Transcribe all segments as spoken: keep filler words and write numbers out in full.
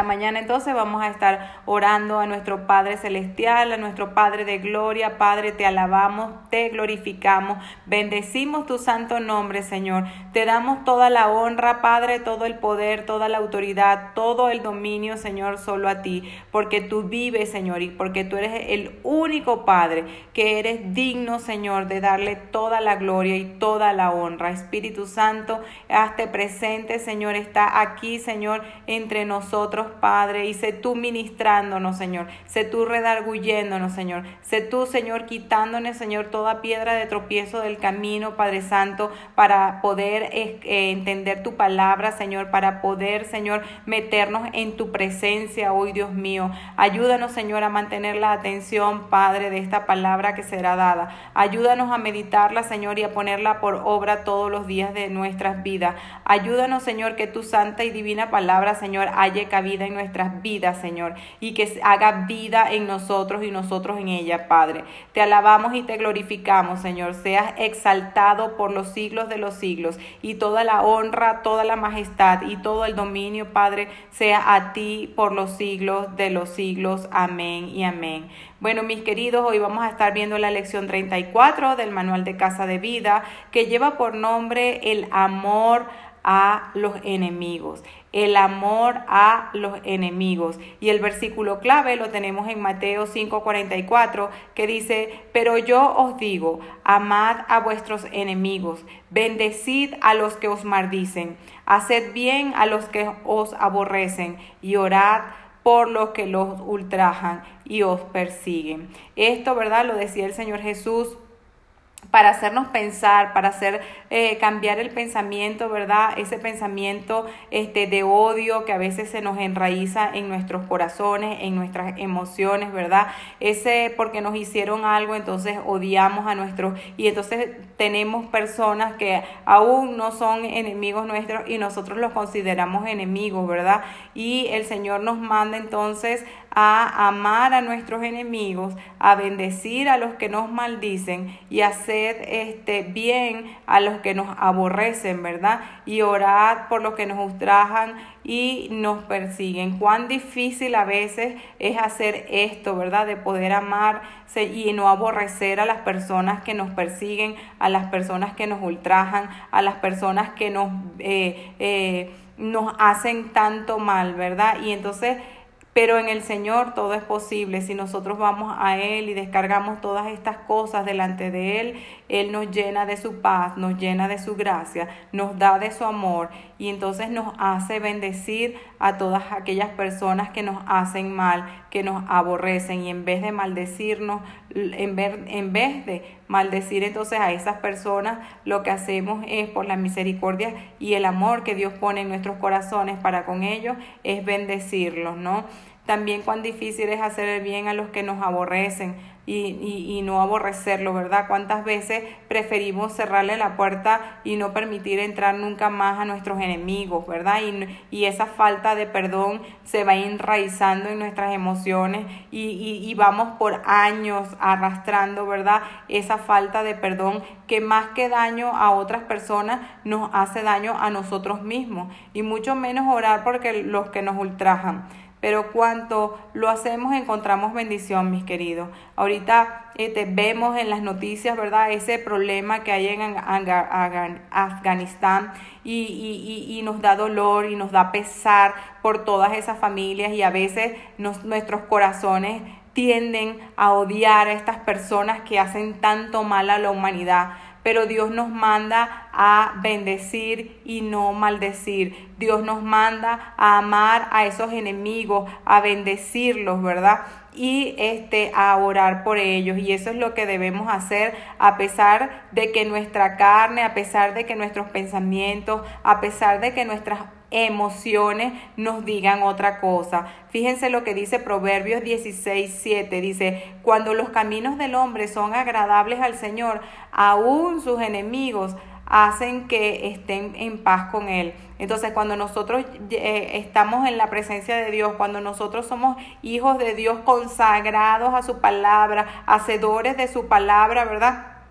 mañana entonces vamos a estar orando a nuestro Padre Celestial, a nuestro Padre de Gloria. Padre, te alabamos, te glorificamos, bendecimos tu santo nombre, Señor. Te damos toda la honra, Padre, todo el poder, toda la autoridad, todo el dominio, Señor, solo a ti, porque tú vives, Señor, y porque tú eres el único Padre que eres digno, Señor, de darle toda la gloria y toda la honra. Espíritu Santo, hazte presente, Señor, está aquí, Señor, entre nosotros, Padre, y sé tú ministrándonos, Señor, sé tú redarguyéndonos, Señor, sé tú, Señor, quitándonos, Señor, toda piedra de tropiezo del camino, Padre Santo, para poder eh, entender tu palabra, Señor, para poder, Señor, meternos en tu presencia hoy, Dios mío. Ayúdanos, Señor, a mantener la atención, Padre, de esta palabra que será dada. Ayúdanos a meditarla, Señor, y a ponerla por obra todos los días de nuestras vidas. Ayúdanos, Señor, que tu santa y divina palabra, Señor, halle cabida en nuestras vidas, Señor, y que haga vida en nosotros y nosotros en ella, Padre. Te alabamos y te glorificamos, Señor. Seas exaltado por los siglos de los siglos, y toda la honra, toda la majestad y todo el dominio, Padre, sea a ti por los siglos de los siglos. Amén y amén. Bueno, mis queridos, hoy vamos a estar viendo la lección treinta y cuatro del Manual de Casa de Vida, que lleva por nombre el amor a los enemigos. El amor a los enemigos. Y el versículo clave lo tenemos en Mateo cinco cuarenta y cuatro, que dice: pero yo os digo, amad a vuestros enemigos, bendecid a los que os maldicen, haced bien a los que os aborrecen, y orad por los que los ultrajan y os persiguen. Esto, ¿verdad?, lo decía el Señor Jesús para hacernos pensar, para hacer eh, cambiar el pensamiento, ¿verdad? Ese pensamiento este, de odio que a veces se nos enraiza en nuestros corazones, en nuestras emociones, ¿verdad? Ese porque nos hicieron algo, entonces odiamos a nuestros, y entonces tenemos personas que aún no son enemigos nuestros y nosotros los consideramos enemigos, ¿verdad? Y el Señor nos manda entonces a amar a nuestros enemigos, a bendecir a los que nos maldicen y hacer este, bien a los que nos aborrecen, ¿verdad? Y orar por los que nos ultrajan y nos persiguen. Cuán difícil a veces es hacer esto, ¿verdad? De poder amar y no aborrecer a las personas que nos persiguen, a las personas que nos ultrajan, a las personas que nos, eh, eh, nos hacen tanto mal, ¿verdad? Y entonces, pero en el Señor todo es posible. Si nosotros vamos a Él y descargamos todas estas cosas delante de Él, Él nos llena de su paz, nos llena de su gracia, nos da de su amor, y entonces nos hace bendecir a todas aquellas personas que nos hacen mal, que nos aborrecen, y en vez de maldecirnos, en vez, en vez de maldecir entonces a esas personas, lo que hacemos es, por la misericordia y el amor que Dios pone en nuestros corazones para con ellos, es bendecirlos, ¿no? También cuán difícil es hacer el bien a los que nos aborrecen y, y, y no aborrecerlo, ¿verdad? Cuántas veces preferimos cerrarle la puerta y no permitir entrar nunca más a nuestros enemigos, ¿verdad? Y, y esa falta de perdón se va enraizando en nuestras emociones y, y, y vamos por años arrastrando, ¿verdad? Esa falta de perdón que más que daño a otras personas nos hace daño a nosotros mismos, y mucho menos orar porque los que nos ultrajan. Pero cuanto lo hacemos, encontramos bendición, mis queridos. Ahorita este, vemos en las noticias, ¿verdad?, ese problema que hay en Afganistán y, y, y nos da dolor y nos da pesar por todas esas familias, y a veces nos, nuestros corazones tienden a odiar a estas personas que hacen tanto mal a la humanidad. Pero Dios nos manda a bendecir y no maldecir. Dios nos manda a amar a esos enemigos, a bendecirlos, ¿verdad? Y este, a orar por ellos. Y eso es lo que debemos hacer, a pesar de que nuestra carne, a pesar de que nuestros pensamientos, a pesar de que nuestras emociones nos digan otra cosa. Fíjense lo que dice Proverbios dieciséis siete, dice: cuando los caminos del hombre son agradables al Señor, aún sus enemigos hacen que estén en paz con Él. Entonces, cuando nosotros eh, estamos en la presencia de Dios, cuando nosotros somos hijos de Dios, consagrados a su palabra, hacedores de su palabra, ¿verdad?,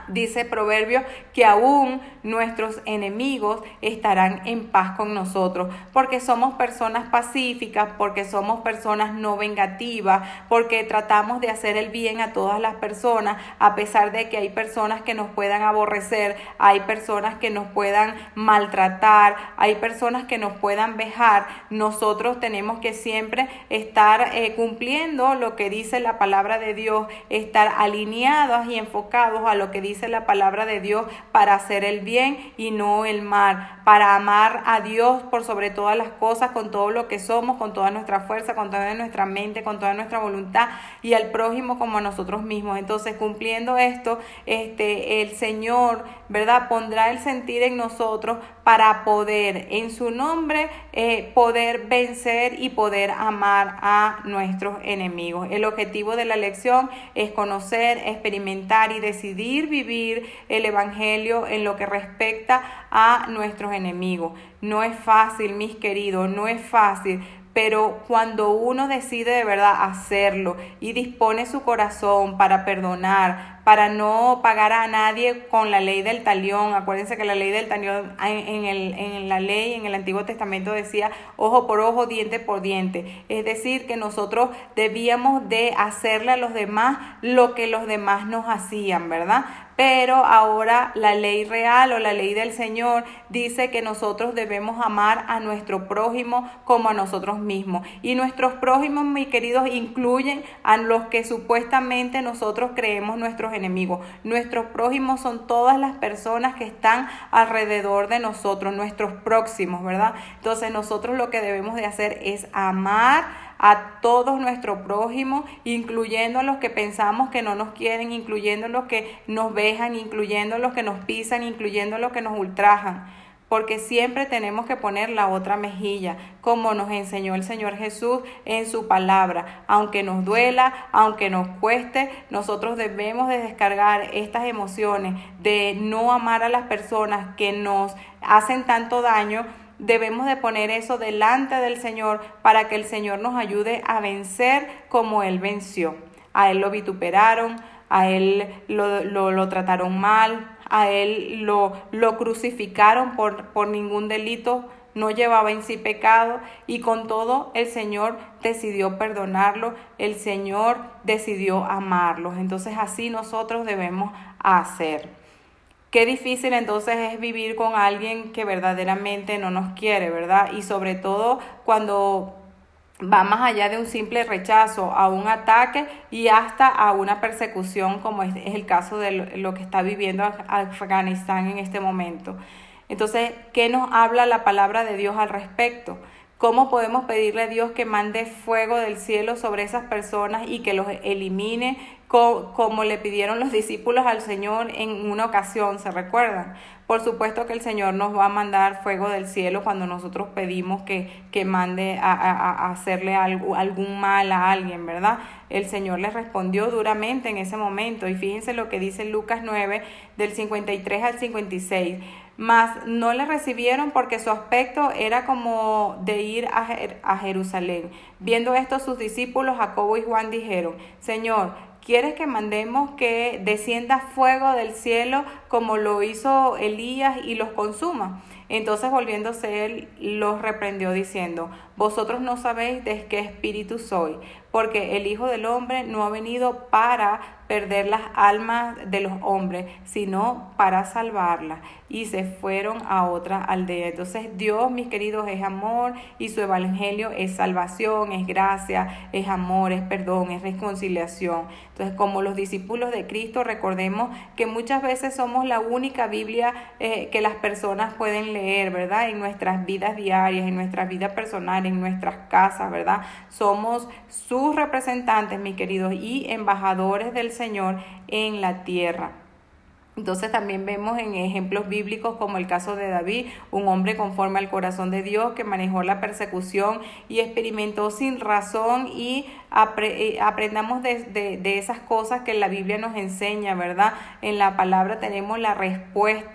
Dice Proverbios que aún nuestros enemigos estarán en paz con nosotros, porque somos personas pacíficas, porque somos personas no vengativas, porque tratamos de hacer el bien a todas las personas, a pesar de que hay personas que nos puedan aborrecer, hay personas que nos puedan maltratar, hay personas que nos puedan vejar. Nosotros tenemos que siempre estar eh, cumpliendo lo que dice la palabra de Dios, estar alineados y enfocados a lo que dice la palabra de Dios para hacer el bien y no el mal, para amar a Dios por sobre todas las cosas, con todo lo que somos, con toda nuestra fuerza, con toda nuestra mente, con toda nuestra voluntad, y al prójimo como a nosotros mismos. Entonces, cumpliendo esto, este, el Señor, ¿verdad?, pondrá el sentir en nosotros para poder, en su nombre, eh, poder vencer y poder amar a nuestros enemigos. El objetivo de la lección es conocer, experimentar y decidir vivir el Evangelio en lo que respecta a nuestros enemigos. No es fácil, mis queridos, no es fácil. Pero cuando uno decide de verdad hacerlo y dispone su corazón para perdonar, para no pagar a nadie con la ley del talión. Acuérdense que la ley del talión en, en, el, en la ley, en el Antiguo Testamento decía ojo por ojo, diente por diente. Es decir, que nosotros debíamos de hacerle a los demás lo que los demás nos hacían, ¿verdad? Pero ahora la ley real o la ley del Señor dice que nosotros debemos amar a nuestro prójimo como a nosotros mismos. Y nuestros prójimos, mis queridos, incluyen a los que supuestamente nosotros creemos nuestros enemigos. Nuestros prójimos son todas las personas que están alrededor de nosotros, nuestros próximos, ¿verdad? Entonces nosotros lo que debemos de hacer es amar a todos nuestros prójimos, incluyendo a los que pensamos que no nos quieren, incluyendo a los que nos vejan, incluyendo a los que nos pisan, incluyendo a los que nos ultrajan. Porque siempre tenemos que poner la otra mejilla, como nos enseñó el Señor Jesús en su palabra. Aunque nos duela, aunque nos cueste, nosotros debemos de descargar estas emociones de no amar a las personas que nos hacen tanto daño. Debemos de poner eso delante del Señor para que el Señor nos ayude a vencer como Él venció. A Él lo vituperaron, a Él lo, lo, lo trataron mal, a Él lo, lo crucificaron por, por ningún delito, no llevaba en sí pecado, y con todo el Señor decidió perdonarlo, el Señor decidió amarlos. Entonces así nosotros debemos hacer. Qué difícil entonces es vivir con alguien que verdaderamente no nos quiere, ¿verdad? Y sobre todo cuando va más allá de un simple rechazo, a un ataque y hasta a una persecución, como es el caso de lo que está viviendo Afganistán en este momento. Entonces, ¿qué nos habla la palabra de Dios al respecto? ¿Cómo podemos pedirle a Dios que mande fuego del cielo sobre esas personas y que los elimine, co- como le pidieron los discípulos al Señor en una ocasión? ¿Se recuerdan? Por supuesto que el Señor nos va a mandar fuego del cielo cuando nosotros pedimos que, que mande a, a, a hacerle algo, algún mal a alguien, ¿verdad? El Señor les respondió duramente en ese momento. Y fíjense lo que dice Lucas nueve, del cincuenta y tres al cincuenta y seis. Mas no le recibieron porque su aspecto era como de ir a, Jer- a Jerusalén. Viendo esto, sus discípulos Jacobo y Juan dijeron: Señor, ¿quieres que mandemos que descienda fuego del cielo como lo hizo Elías y los consuma? Entonces, volviéndose él, los reprendió diciendo: Vosotros no sabéis de qué espíritu soy, porque el Hijo del Hombre no ha venido para perder las almas de los hombres, sino para salvarlas. Y se fueron a otra aldea. Entonces Dios, mis queridos, es amor, y su evangelio es salvación, es gracia, es amor, es perdón, es reconciliación. Entonces, como los discípulos de Cristo, recordemos que muchas veces somos la única Biblia eh, que las personas pueden leer, ¿verdad? En nuestras vidas diarias, en nuestra vida personal, en nuestras casas, ¿verdad? Somos sus representantes, mis queridos, y embajadores del Señor en la tierra. Entonces también vemos en ejemplos bíblicos como el caso de David, un hombre conforme al corazón de Dios que manejó la persecución y experimentó sin razón, y apre- aprendamos de, de, de esas cosas que la Biblia nos enseña, ¿verdad? En la palabra tenemos la respuesta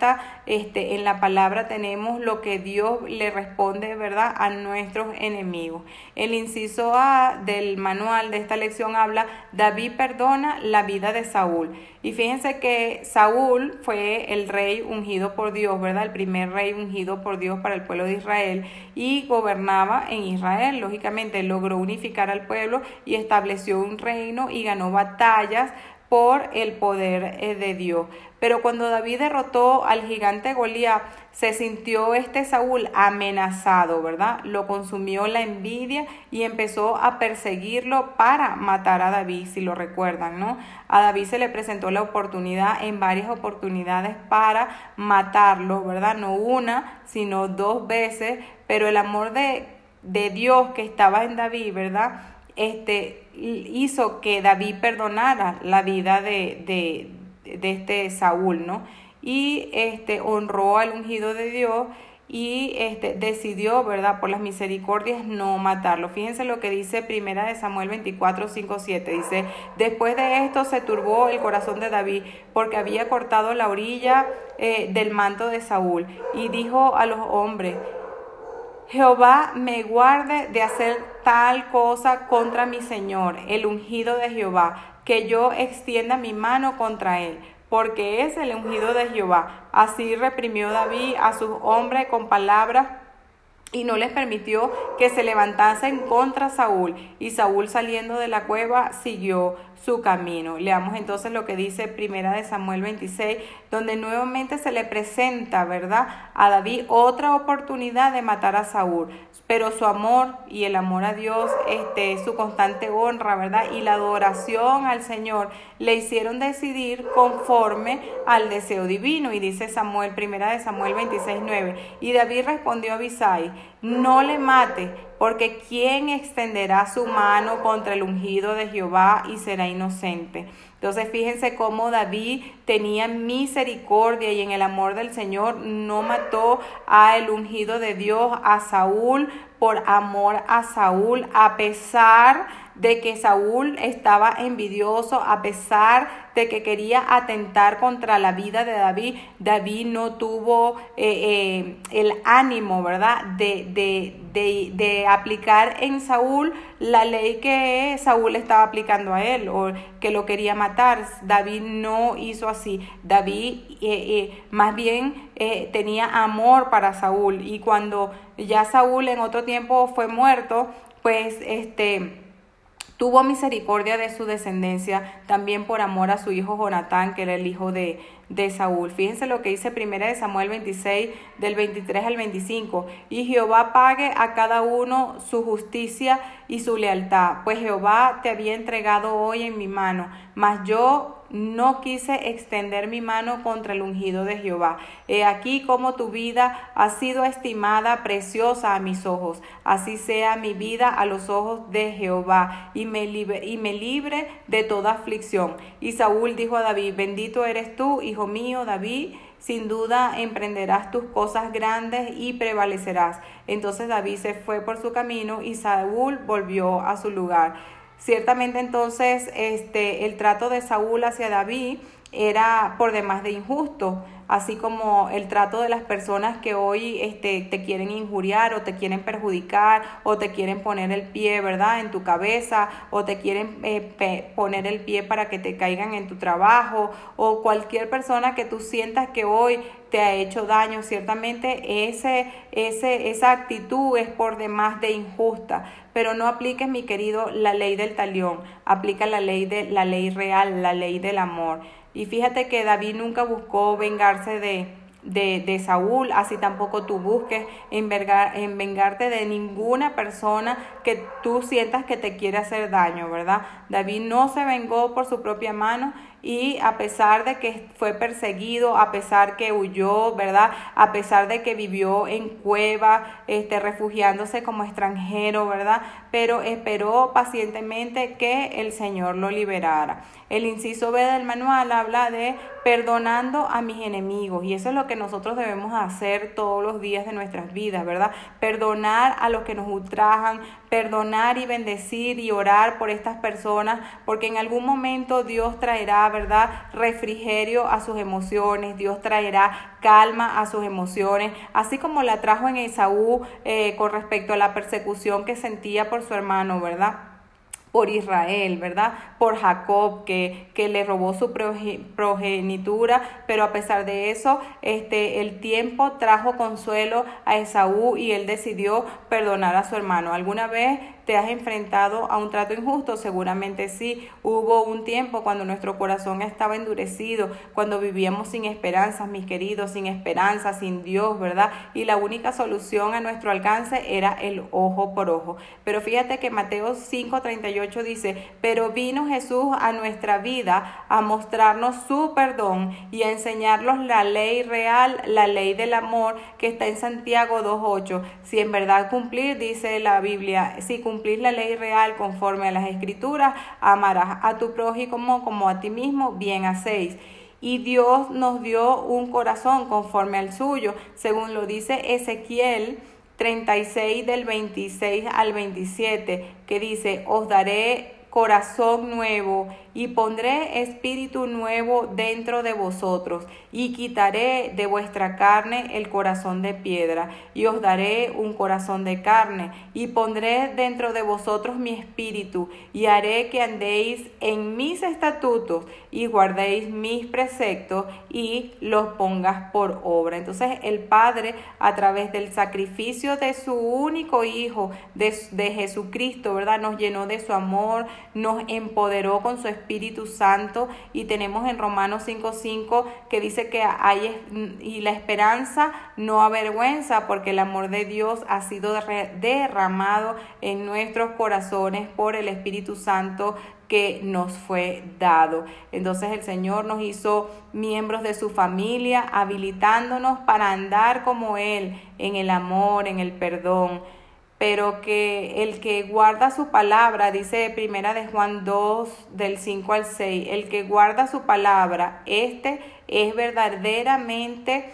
este, en la palabra tenemos lo que Dios le responde, ¿verdad?, a nuestros enemigos. El inciso A del manual de esta lección habla: David perdona la vida de Saúl. Y fíjense que Saúl fue el rey ungido por Dios, ¿verdad? El primer rey ungido por Dios para el pueblo de Israel, y gobernaba en Israel. Lógicamente logró unificar al pueblo y estableció un reino y ganó batallas por el poder eh, de Dios. Pero cuando David derrotó al gigante Goliat, se sintió este Saúl amenazado, ¿verdad? Lo consumió la envidia y empezó a perseguirlo para matar a David, si lo recuerdan, ¿no? A David se le presentó la oportunidad, en varias oportunidades, para matarlo, ¿verdad? No una, sino dos veces, pero el amor de, de Dios que estaba en David, ¿verdad?, Este, hizo que David perdonara la vida de, de, de este Saúl, ¿no? Y este, honró al ungido de Dios y este, decidió, ¿verdad?, por las misericordias, no matarlo. Fíjense lo que dice Primera de Samuel veinticuatro, cinco, siete. Dice: después de esto se turbó el corazón de David, porque había cortado la orilla eh, del manto de Saúl, y dijo a los hombres: Jehová me guarde de hacer tal cosa contra mi Señor, el ungido de Jehová, que yo extienda mi mano contra él, porque es el ungido de Jehová. Así reprimió David a sus hombres con palabras y no les permitió que se levantasen contra Saúl. Y Saúl, saliendo de la cueva, siguió su camino. Leamos entonces lo que dice Primera de Samuel veintiséis, donde nuevamente se le presenta, ¿verdad?, a David otra oportunidad de matar a Saúl. Pero su amor y el amor a Dios, este, su constante honra, ¿verdad?, y la adoración al Señor le hicieron decidir conforme al deseo divino. Y dice Samuel, Primera de Samuel veintiséis, nueve: y David respondió a Abisai: no le mate, porque ¿quién extenderá su mano contra el ungido de Jehová y será inocente? Entonces fíjense cómo David tenía misericordia y en el amor del Señor no mató al ungido de Dios, a Saúl, por amor a Saúl, a pesar de que Saúl estaba envidioso, a pesar de que quería atentar contra la vida de David. David no tuvo eh, eh, el ánimo, ¿verdad?, de, de, de, de aplicar en Saúl la ley que Saúl estaba aplicando a él, o que lo quería matar. David no hizo así. David eh, eh, más bien eh, tenía amor para Saúl, y cuando ya Saúl en otro tiempo fue muerto, pues este... tuvo misericordia de su descendencia, también por amor a su hijo Jonatán, que era el hijo de, de Saúl. Fíjense lo que dice Primera de Samuel veintiséis, del veintitrés al veinticinco. Y Jehová pague a cada uno su justicia y su lealtad, pues Jehová te había entregado hoy en mi mano, mas yo no quise extender mi mano contra el ungido de Jehová. He aquí como tu vida ha sido estimada preciosa a mis ojos. Así sea mi vida a los ojos de Jehová, y me libre, y me libre de toda aflicción. Y Saúl dijo a David: bendito eres tú, hijo mío David, sin duda emprenderás tus cosas grandes y prevalecerás. Entonces David se fue por su camino y Saúl volvió a su lugar. Ciertamente entonces este, el trato de Saúl hacia David era por demás de injusto, así como el trato de las personas que hoy este, te quieren injuriar o te quieren perjudicar o te quieren poner el pie, ¿verdad?, en tu cabeza, o te quieren eh, pe- poner el pie para que te caigan en tu trabajo, o cualquier persona que tú sientas que hoy te ha hecho daño. Ciertamente ese, ese, esa actitud es por demás de injusta, pero no apliques, mi querido, la ley del talión, aplica la ley, de, la ley real, la ley del amor. Y fíjate que David nunca buscó vengarse de, de, de Saúl, así tampoco tú busques en, vergar, en vengarte de ninguna persona que tú sientas que te quiere hacer daño, ¿verdad? David no se vengó por su propia mano, y a pesar de que fue perseguido, a pesar que huyó, ¿verdad?, a pesar de que vivió en cueva, este, refugiándose como extranjero, ¿verdad?, pero esperó pacientemente que el Señor lo liberara. El inciso B del manual habla de perdonando a mis enemigos, y eso es lo que nosotros debemos hacer todos los días de nuestras vidas, ¿verdad? Perdonar a los que nos ultrajan, perdonar y bendecir y orar por estas personas, porque en algún momento Dios traerá, ¿verdad?, refrigerio a sus emociones, Dios traerá calma a sus emociones, así como la trajo en Esaú eh, con respecto a la persecución que sentía por su hermano, ¿verdad?, por Israel, ¿verdad?, por Jacob, que, que le robó su progenitura, pero a pesar de eso, este, el tiempo trajo consuelo a Esaú y él decidió perdonar a su hermano. ¿Alguna vez te has enfrentado a un trato injusto? Seguramente sí. Hubo un tiempo cuando nuestro corazón estaba endurecido, cuando vivíamos sin esperanzas, mis queridos, sin esperanza, sin Dios, ¿verdad? Y la única solución a nuestro alcance era el ojo por ojo. Pero fíjate que Mateo cinco treinta y ocho dice, pero vino Jesús a nuestra vida a mostrarnos su perdón y a enseñarnos la ley real, la ley del amor que está en Santiago dos ocho. Si en verdad cumplir, dice la Biblia, si cumplir la ley real conforme a las Escrituras, amarás a tu prójimo como a ti mismo, bien hacéis. Y Dios nos dio un corazón conforme al suyo, según lo dice Ezequiel treinta y seis del veintiséis al veintisiete, que dice, os daré corazón nuevo y pondré espíritu nuevo dentro de vosotros y quitaré de vuestra carne el corazón de piedra y os daré un corazón de carne y pondré dentro de vosotros mi espíritu y haré que andéis en mis estatutos y guardéis mis preceptos y los pongas por obra. Entonces el Padre, a través del sacrificio de su único Hijo, de, de Jesucristo, ¿verdad?, nos llenó de su amor, nos empoderó con su Espíritu Santo, y tenemos en Romanos cinco cinco que dice que hay y la esperanza no avergüenza, porque el amor de Dios ha sido derramado en nuestros corazones por el Espíritu Santo que nos fue dado. Entonces el Señor nos hizo miembros de su familia, habilitándonos para andar como Él, en el amor, en el perdón. Pero que el que guarda su palabra, dice primera de Juan dos, del cinco al seis, el que guarda su palabra, este es verdaderamente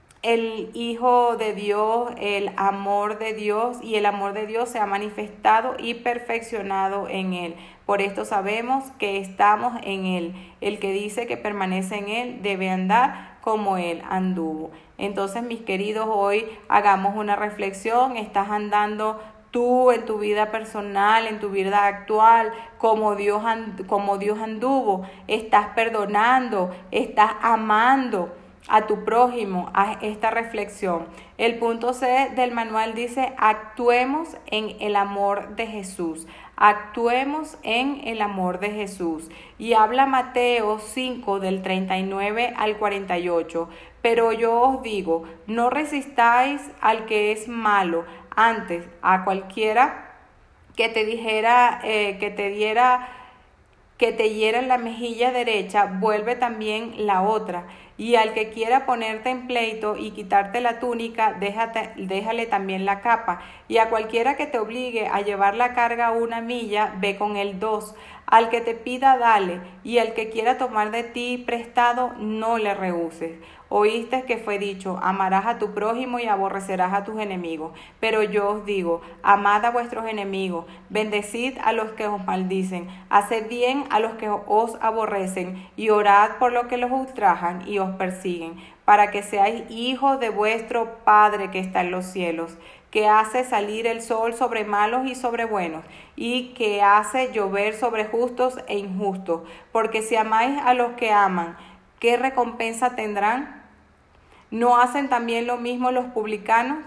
el Hijo de Dios, el amor de Dios, y el amor de Dios se ha manifestado y perfeccionado en él. Por esto sabemos que estamos en él. El que dice que permanece en él debe andar como él anduvo. Entonces, mis queridos, hoy hagamos una reflexión. ¿Estás andando tú en tu vida personal, en tu vida actual, como Dios, como Dios anduvo? ¿Estás perdonando? ¿Estás amando a tu prójimo? Haz esta reflexión. El punto C del manual dice, actuemos en el amor de Jesús. Actuemos en el amor de Jesús. Y habla Mateo cinco del treinta y nueve al cuarenta y ocho. Pero yo os digo, no resistáis al que es malo, antes a cualquiera que te dijera, eh, que te diera, que te hiera en la mejilla derecha, vuelve también la otra. Y al que quiera ponerte en pleito y quitarte la túnica, déjate, déjale también la capa. Y a cualquiera que te obligue a llevar la carga una milla, ve con él dos. Al que te pida, dale, y al que quiera tomar de ti prestado, no le rehuses. Oíste que fue dicho, amarás a tu prójimo y aborrecerás a tus enemigos. Pero yo os digo, amad a vuestros enemigos, bendecid a los que os maldicen, haced bien a los que os aborrecen, y orad por los que los ultrajan y os persiguen, para que seáis hijos de vuestro Padre que está en los cielos, que hace salir el sol sobre malos y sobre buenos, y que hace llover sobre justos e injustos. Porque si amáis a los que aman, ¿qué recompensa tendrán? ¿No hacen también lo mismo los publicanos?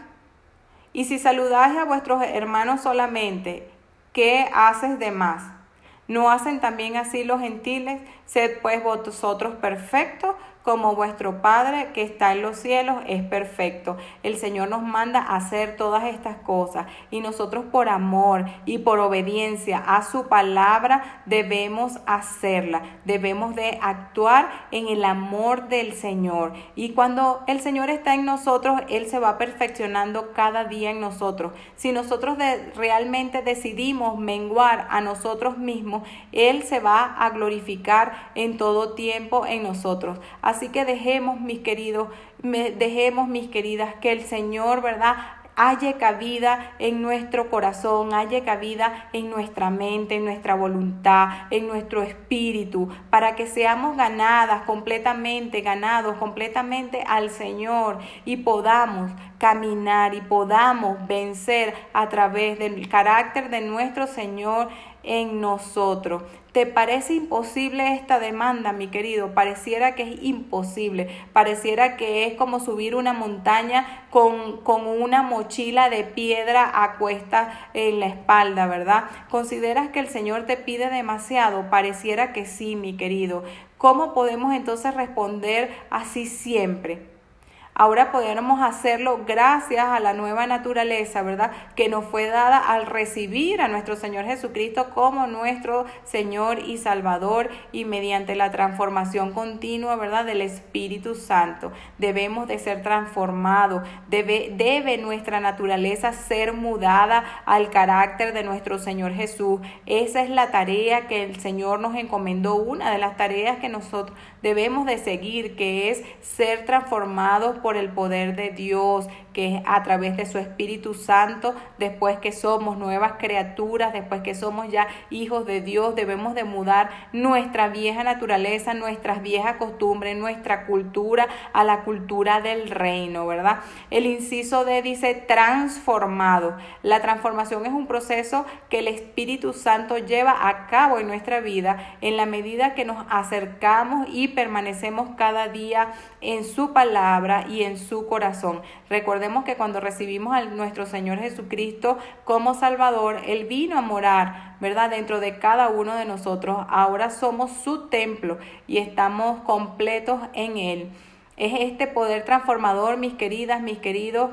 Y si saludáis a vuestros hermanos solamente, ¿qué haces de más? ¿No hacen también así los gentiles? Sed pues vosotros perfectos, como vuestro Padre que está en los cielos es perfecto. El Señor nos manda a hacer todas estas cosas, y nosotros por amor y por obediencia a su palabra debemos hacerla. Debemos de actuar en el amor del Señor. Y cuando el Señor está en nosotros, Él se va perfeccionando cada día en nosotros. Si nosotros de, realmente decidimos menguar a nosotros mismos, Él se va a glorificar en todo tiempo en nosotros. Así que dejemos, mis queridos, dejemos, mis queridas, que el Señor, ¿verdad?, halle cabida en nuestro corazón, halle cabida en nuestra mente, en nuestra voluntad, en nuestro espíritu, para que seamos ganadas completamente, ganados completamente al Señor y podamos caminar y podamos vencer a través del carácter de nuestro Señor en nosotros. ¿Te parece imposible esta demanda, mi querido? Pareciera que es imposible, pareciera que es como subir una montaña con, con una mochila de piedra a cuestas en la espalda, ¿verdad? ¿Consideras que el Señor te pide demasiado? Pareciera que sí, mi querido. ¿Cómo podemos entonces responder así siempre? Ahora podemos hacerlo gracias a la nueva naturaleza, ¿verdad? Que nos fue dada al recibir a nuestro Señor Jesucristo como nuestro Señor y Salvador, y mediante la transformación continua, ¿verdad? Del Espíritu Santo. Debemos de ser transformados, debe, debe nuestra naturaleza ser mudada al carácter de nuestro Señor Jesús. Esa es la tarea que el Señor nos encomendó, una de las tareas que nosotros debemos de seguir, que es ser transformados por el poder de Dios, que es a través de su Espíritu Santo. Después que somos nuevas criaturas, después que somos ya hijos de Dios, debemos de mudar nuestra vieja naturaleza, nuestras viejas costumbres, nuestra cultura a la cultura del reino, ¿verdad? El inciso D dice transformado. La transformación es un proceso que el Espíritu Santo lleva a cabo en nuestra vida en la medida que nos acercamos y permanecemos cada día en su palabra y en su corazón. Recordemos que cuando recibimos a nuestro Señor Jesucristo como Salvador, Él vino a morar, ¿verdad?, dentro de cada uno de nosotros. Ahora somos su templo y estamos completos en Él. Es este poder transformador, mis queridas, mis queridos,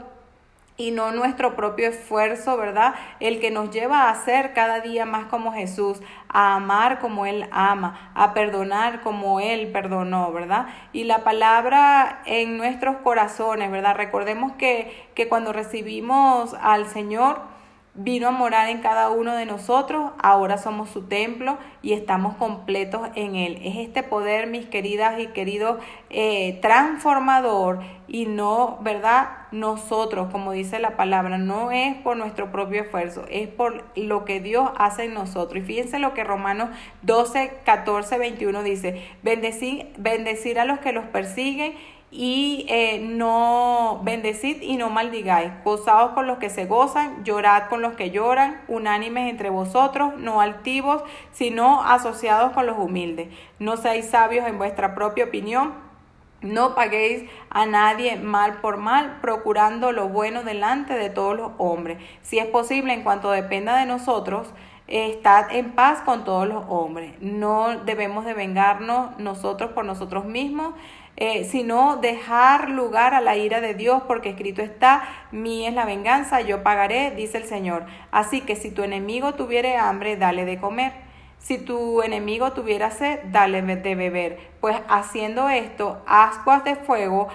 y no nuestro propio esfuerzo, ¿verdad?, el que nos lleva a ser cada día más como Jesús, a amar como Él ama, a perdonar como Él perdonó, ¿verdad? Y la palabra en nuestros corazones, ¿verdad? Recordemos que, que cuando recibimos al Señor, vino a morar en cada uno de nosotros, ahora somos su templo y estamos completos en Él. Es este poder, mis queridas y queridos, eh, transformador, y no, ¿verdad?, nosotros, como dice la palabra, no es por nuestro propio esfuerzo, es por lo que Dios hace en nosotros. Y fíjense lo que Romanos doce, catorce, veintiuno dice: bendecir, bendecir a los que los persiguen, y eh, no bendecid y no maldigáis, gozaos con los que se gozan, llorad con los que lloran, unánimes entre vosotros, no altivos, sino asociados con los humildes. No seáis sabios en vuestra propia opinión, no paguéis a nadie mal por mal, procurando lo bueno delante de todos los hombres. Si es posible, en cuanto dependa de nosotros, estad en paz con todos los hombres. No debemos de vengarnos nosotros por nosotros mismos, Eh, sino dejar lugar a la ira de Dios, porque escrito está: mía es la venganza, yo pagaré, dice el Señor. Así que si tu enemigo tuviere hambre, dale de comer. Si tu enemigo tuviera sed, dale de beber. Pues haciendo esto, ascuas de fuego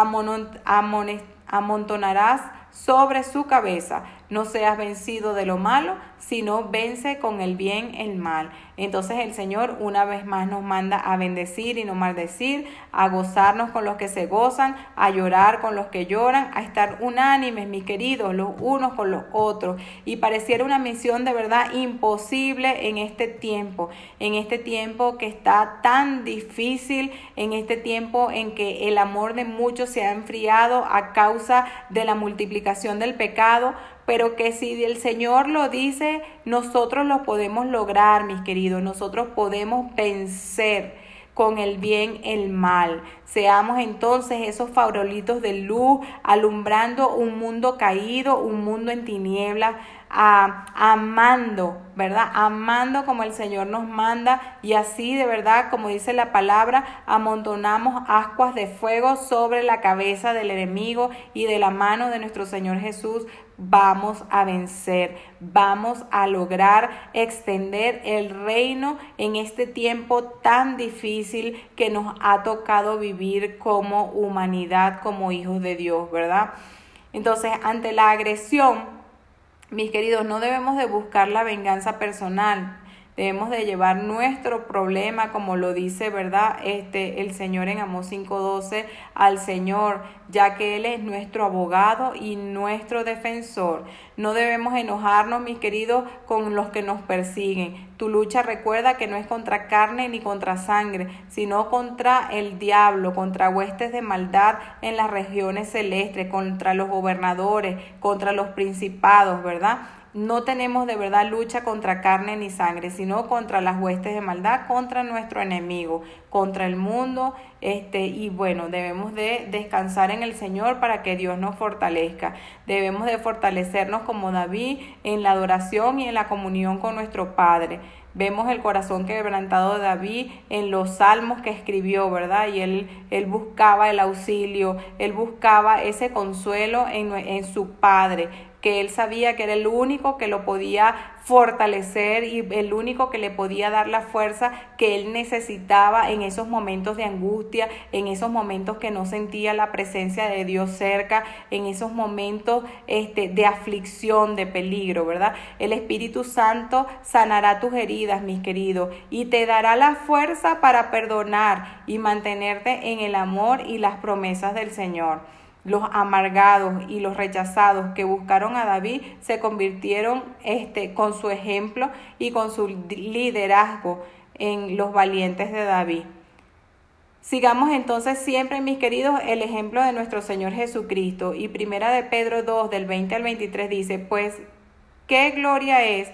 amontonarás sobre su cabeza. No seas vencido de lo malo, sino vence con el bien el mal. Entonces el Señor una vez más nos manda a bendecir y no maldecir, a gozarnos con los que se gozan, a llorar con los que lloran, a estar unánimes, mis queridos, los unos con los otros. Y pareciera una misión de verdad imposible en este tiempo, en este tiempo que está tan difícil, en este tiempo en que el amor de muchos se ha enfriado a causa de la multiplicación del pecado. Pero que si el Señor lo dice, nosotros lo podemos lograr, mis queridos. Nosotros podemos vencer con el bien el mal. Seamos entonces esos farolitos de luz, alumbrando un mundo caído, un mundo en tinieblas, a, amando, ¿verdad? Amando como el Señor nos manda, y así de verdad, como dice la palabra, amontonamos ascuas de fuego sobre la cabeza del enemigo, y de la mano de nuestro Señor Jesús vamos a vencer, vamos a lograr extender el reino en este tiempo tan difícil que nos ha tocado vivir como humanidad, como hijos de Dios, ¿verdad? Entonces, ante la agresión, mis queridos, no debemos de buscar la venganza personal, Debemos de llevar nuestro problema, como lo dice, ¿verdad? Este, el Señor en Amós cinco doce, al Señor, ya que Él es nuestro abogado y nuestro defensor. No debemos enojarnos, mis queridos, con los que nos persiguen. Tu lucha, recuerda que no es contra carne ni contra sangre, sino contra el diablo, contra huestes de maldad en las regiones celestes, contra los gobernadores, contra los principados, ¿verdad? No tenemos de verdad lucha contra carne ni sangre, sino contra las huestes de maldad, contra nuestro enemigo, contra el mundo, este, y bueno, debemos de descansar en el Señor para que Dios nos fortalezca. Debemos de fortalecernos como David en la adoración y en la comunión con nuestro Padre. Vemos el corazón quebrantado de David en los salmos que escribió, ¿verdad? Y él, él buscaba el auxilio, él buscaba ese consuelo en, en su Padre, que él sabía que era el único que lo podía fortalecer y el único que le podía dar la fuerza que él necesitaba en esos momentos de angustia, en esos momentos que no sentía la presencia de Dios cerca, en esos momentos este, de aflicción, de peligro, ¿verdad? El Espíritu Santo sanará tus heridas, mis queridos, y te dará la fuerza para perdonar y mantenerte en el amor y las promesas del Señor. Los amargados y los rechazados que buscaron a David se convirtieron este, con su ejemplo y con su liderazgo en los valientes de David. Sigamos entonces siempre, mis queridos, el ejemplo de nuestro Señor Jesucristo. Y primera de Pedro dos, del veinte al veintitrés dice, pues, ¿qué gloria es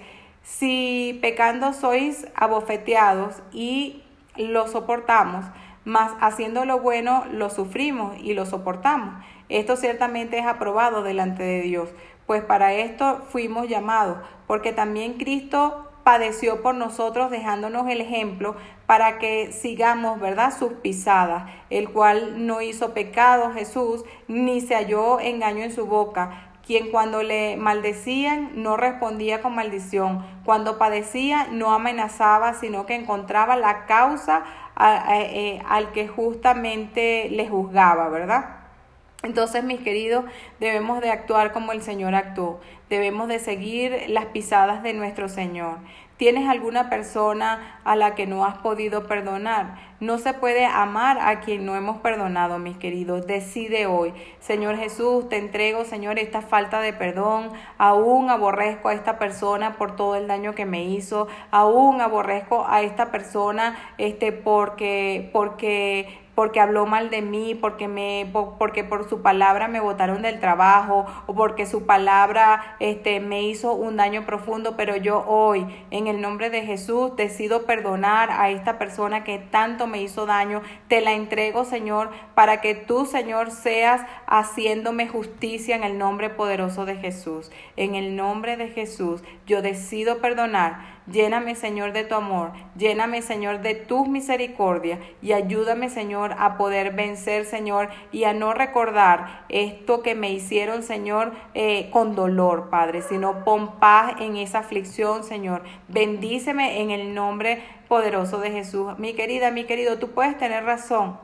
si pecando sois abofeteados y lo soportamos? Mas haciendo lo bueno lo sufrimos y lo soportamos. Esto ciertamente es aprobado delante de Dios, pues para esto fuimos llamados, porque también Cristo padeció por nosotros dejándonos el ejemplo para que sigamos, ¿verdad?, sus pisadas, el cual no hizo pecado Jesús, ni se halló engaño en su boca, quien cuando le maldecían no respondía con maldición, cuando padecía no amenazaba, sino que encontraba la causa a, a, a, al que justamente le juzgaba, ¿verdad? Entonces, mis queridos, debemos de actuar como el Señor actuó. Debemos de seguir las pisadas de nuestro Señor. ¿Tienes alguna persona a la que no has podido perdonar? No se puede amar a quien no hemos perdonado, mis queridos. Decide hoy. Señor Jesús, te entrego, Señor, esta falta de perdón. Aún aborrezco a esta persona por todo el daño que me hizo. Aún aborrezco a esta persona este, porque... porque porque habló mal de mí, porque me porque por su palabra me botaron del trabajo, o porque su palabra este me hizo un daño profundo, pero yo hoy en el nombre de Jesús decido perdonar a esta persona que tanto me hizo daño. Te la entrego, Señor, para que tú, Señor, seas haciéndome justicia en el nombre poderoso de Jesús. En el nombre de Jesús yo decido perdonar. Lléname, Señor, de tu amor, lléname, Señor, de tus misericordias y ayúdame, Señor, a poder vencer, Señor, y a no recordar esto que me hicieron, Señor, eh, con dolor, Padre, sino pon paz en esa aflicción, Señor. Bendíceme en el nombre poderoso de Jesús. Mi querida, mi querido, tú puedes tener razón.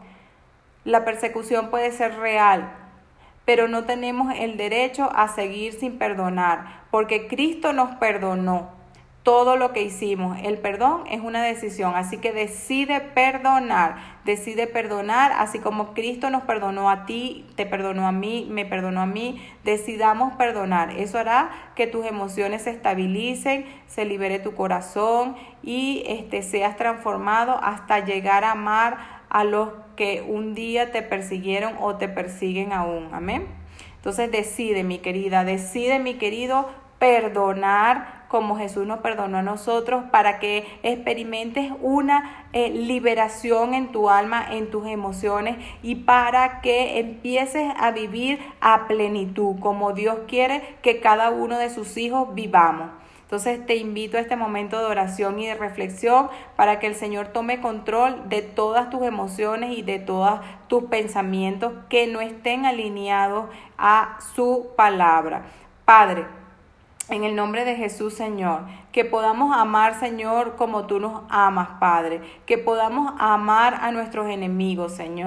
La persecución puede ser real, pero no tenemos el derecho a seguir sin perdonar, porque Cristo nos perdonó todo lo que hicimos. El perdón es una decisión, así que decide perdonar, decide perdonar, así como Cristo nos perdonó a ti, te perdonó a mí, me perdonó a mí, decidamos perdonar. Eso hará que tus emociones se estabilicen, se libere tu corazón y este, seas transformado hasta llegar a amar a los que un día te persiguieron o te persiguen aún. Amén. Entonces decide, mi querida, decide, mi querido, perdonar como Jesús nos perdonó a nosotros, para que experimentes una eh, liberación en tu alma, en tus emociones, y para que empieces a vivir a plenitud, como Dios quiere que cada uno de sus hijos vivamos. Entonces te invito a este momento de oración y de reflexión para que el Señor tome control de todas tus emociones y de todos tus pensamientos que no estén alineados a su palabra. Padre, en el nombre de Jesús, Señor, que podamos amar, Señor, como tú nos amas, Padre, que podamos amar a nuestros enemigos, Señor,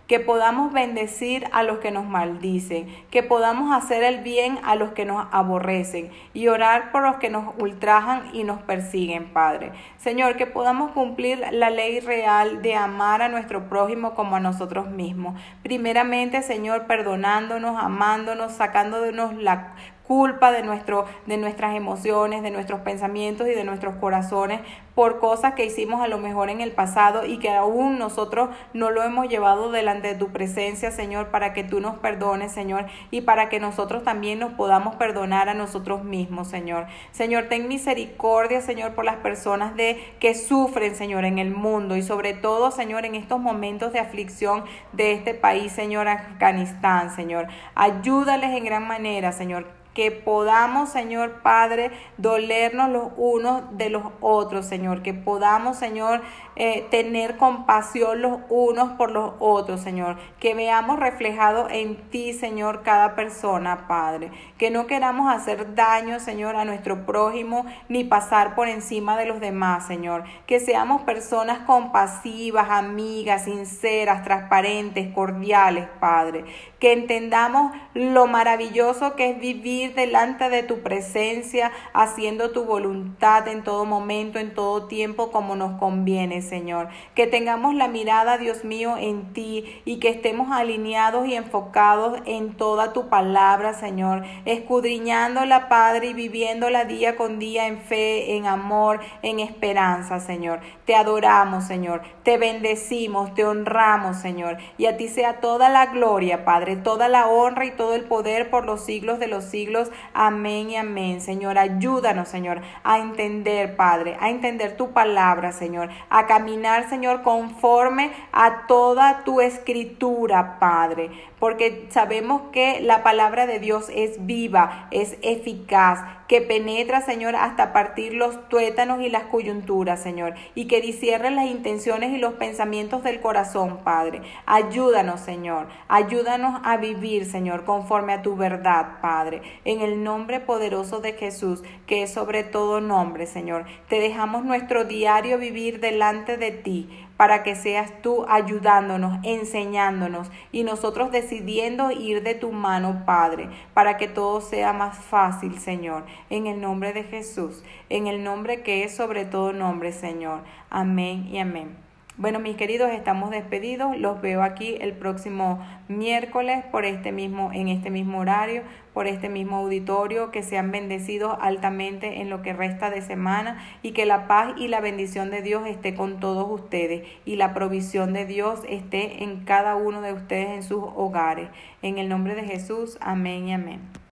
que podamos bendecir a los que nos maldicen, que podamos hacer el bien a los que nos aborrecen y orar por los que nos ultrajan y nos persiguen, Padre. Señor, que podamos cumplir la ley real de amar a nuestro prójimo como a nosotros mismos. Primeramente, Señor, perdonándonos, amándonos, sacándonos la culpa de, nuestro, de nuestras emociones, de nuestros pensamientos y de nuestros corazones por cosas que hicimos a lo mejor en el pasado y que aún nosotros no lo hemos llevado delante de tu presencia, Señor, para que tú nos perdones, Señor, y para que nosotros también nos podamos perdonar a nosotros mismos, Señor. Señor, ten misericordia, Señor, por las personas de, que sufren, Señor, en el mundo y sobre todo, Señor, en estos momentos de aflicción de este país, Señor, Afganistán, Señor. Ayúdales en gran manera, Señor, que podamos, Señor Padre, dolernos los unos de los otros, Señor, que podamos, Señor, eh, tener compasión los unos por los otros, Señor, que veamos reflejado en ti, Señor, cada persona, Padre, que no queramos hacer daño, Señor, a nuestro prójimo, ni pasar por encima de los demás, Señor, que seamos personas compasivas, amigas, sinceras, transparentes, cordiales, Padre, que entendamos lo maravilloso que es vivir delante de tu presencia, haciendo tu voluntad en todo momento, en todo tiempo, como nos conviene, Señor. Que tengamos la mirada, Dios mío, en ti y que estemos alineados y enfocados en toda tu palabra, Señor, escudriñándola, Padre, y viviéndola día con día en fe, en amor, en esperanza, Señor. Te adoramos, Señor, te bendecimos, te honramos, Señor, y a ti sea toda la gloria, Padre, toda la honra y todo el poder por los siglos de los siglos. Amén y amén, Señor. Ayúdanos, Señor, a entender, Padre, a entender tu palabra, Señor, a caminar, Señor, conforme a toda tu escritura, Padre, porque sabemos que la palabra de Dios es viva, es eficaz, que penetra, Señor, hasta partir los tuétanos y las coyunturas, Señor, y que discierne las intenciones y los pensamientos del corazón, Padre. Ayúdanos, Señor, ayúdanos a vivir, Señor, conforme a tu verdad, Padre, en el nombre poderoso de Jesús, que es sobre todo nombre, Señor. Te dejamos nuestro diario vivir delante de ti, para que seas tú ayudándonos, enseñándonos y nosotros decidiendo ir de tu mano, Padre, para que todo sea más fácil, Señor, en el nombre de Jesús, en el nombre que es sobre todo nombre, Señor. Amén y amén. Bueno, mis queridos, estamos despedidos. Los veo aquí el próximo miércoles por este mismo, en este mismo horario, por este mismo auditorio. Que sean bendecidos altamente en lo que resta de semana y que la paz y la bendición de Dios esté con todos ustedes y la provisión de Dios esté en cada uno de ustedes en sus hogares. En el nombre de Jesús, amén y amén.